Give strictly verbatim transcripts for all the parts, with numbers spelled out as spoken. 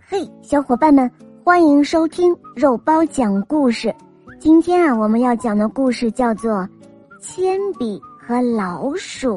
嘿，小伙伴们，欢迎收听肉包讲故事。今天啊，我们要讲的故事叫做《铅笔和老鼠》。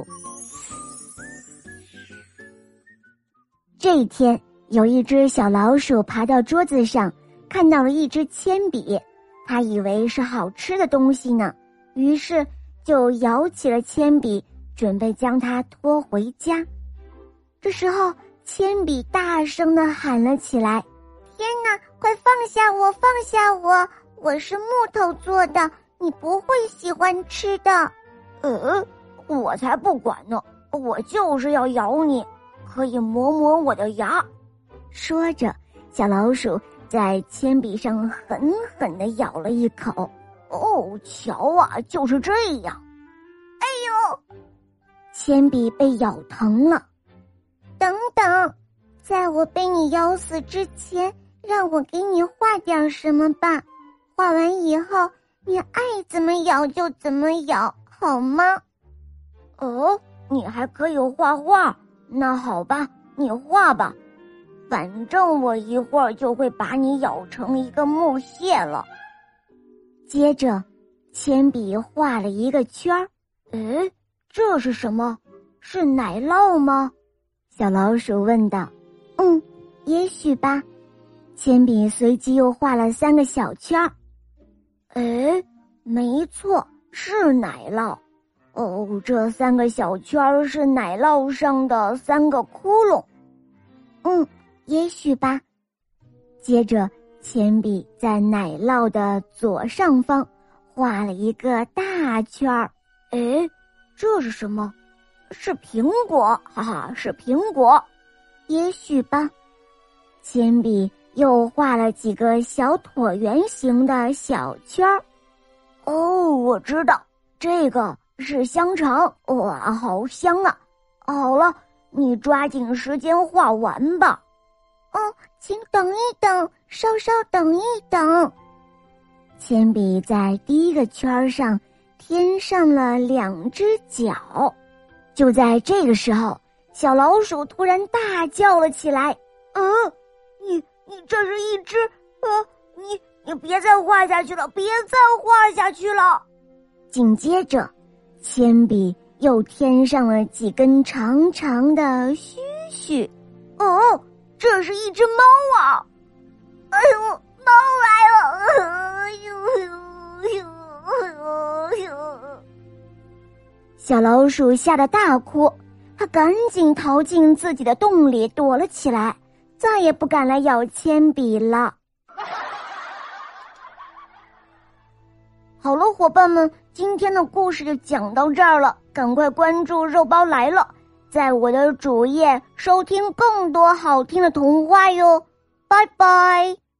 这一天，有一只小老鼠爬到桌子上，看到了一支铅笔，它以为是好吃的东西呢，于是就摇起了铅笔，准备将它拖回家。这时候，铅笔大声地喊了起来：天哪，快放下我，放下我，我是木头做的，你不会喜欢吃的。 呃，我才不管呢，我就是要咬你，可以磨磨我的牙。 说着，小老鼠在铅笔上狠狠地咬了一口。 哦，瞧啊，就是这样。 哎呦，铅笔被咬疼了。等等，在我被你咬死之前，让我给你画点什么吧。画完以后，你爱怎么咬就怎么咬，好吗？ 哦，你还可以画画，那好吧，你画吧。反正我一会儿就会把你咬成一个木屑了。 接着，铅笔画了一个圈儿。 诶，这是什么？是奶酪吗？ 小老鼠问道。嗯，也许吧。铅笔随即又画了三个小圈儿。 诶，没错，是奶酪。哦，这三个小圈儿是奶酪上的三个窟窿。 嗯，也许吧。接着，铅笔在奶酪的左上方画了一个大圈儿。 诶，这是什么？是苹果，哈哈，是苹果。 也许吧。铅笔又画了几个小椭圆形的小圈儿。 哦，我知道，这个是香肠，哇，好香啊！好了，你抓紧时间画完吧。 哦，请等一等，稍稍等一等。铅笔在第一个圈上添上了两只脚。就在这个时候，小老鼠突然大叫了起来： 嗯，你你这是一只呃，你你别再画下去了，别再画下去了。 紧接着，铅笔又添上了几根长长的须须。 哦，这是一只猫啊！哎呦，猫来了！哎呦呦呦呦呦！ 小老鼠吓得大哭，它赶紧逃进自己的洞里躲了起来，再也不敢来咬铅笔了。 好了，伙伴们，今天的故事就讲到这儿了，赶快关注肉包来了，在我的主页收听更多好听的童话哟，拜拜。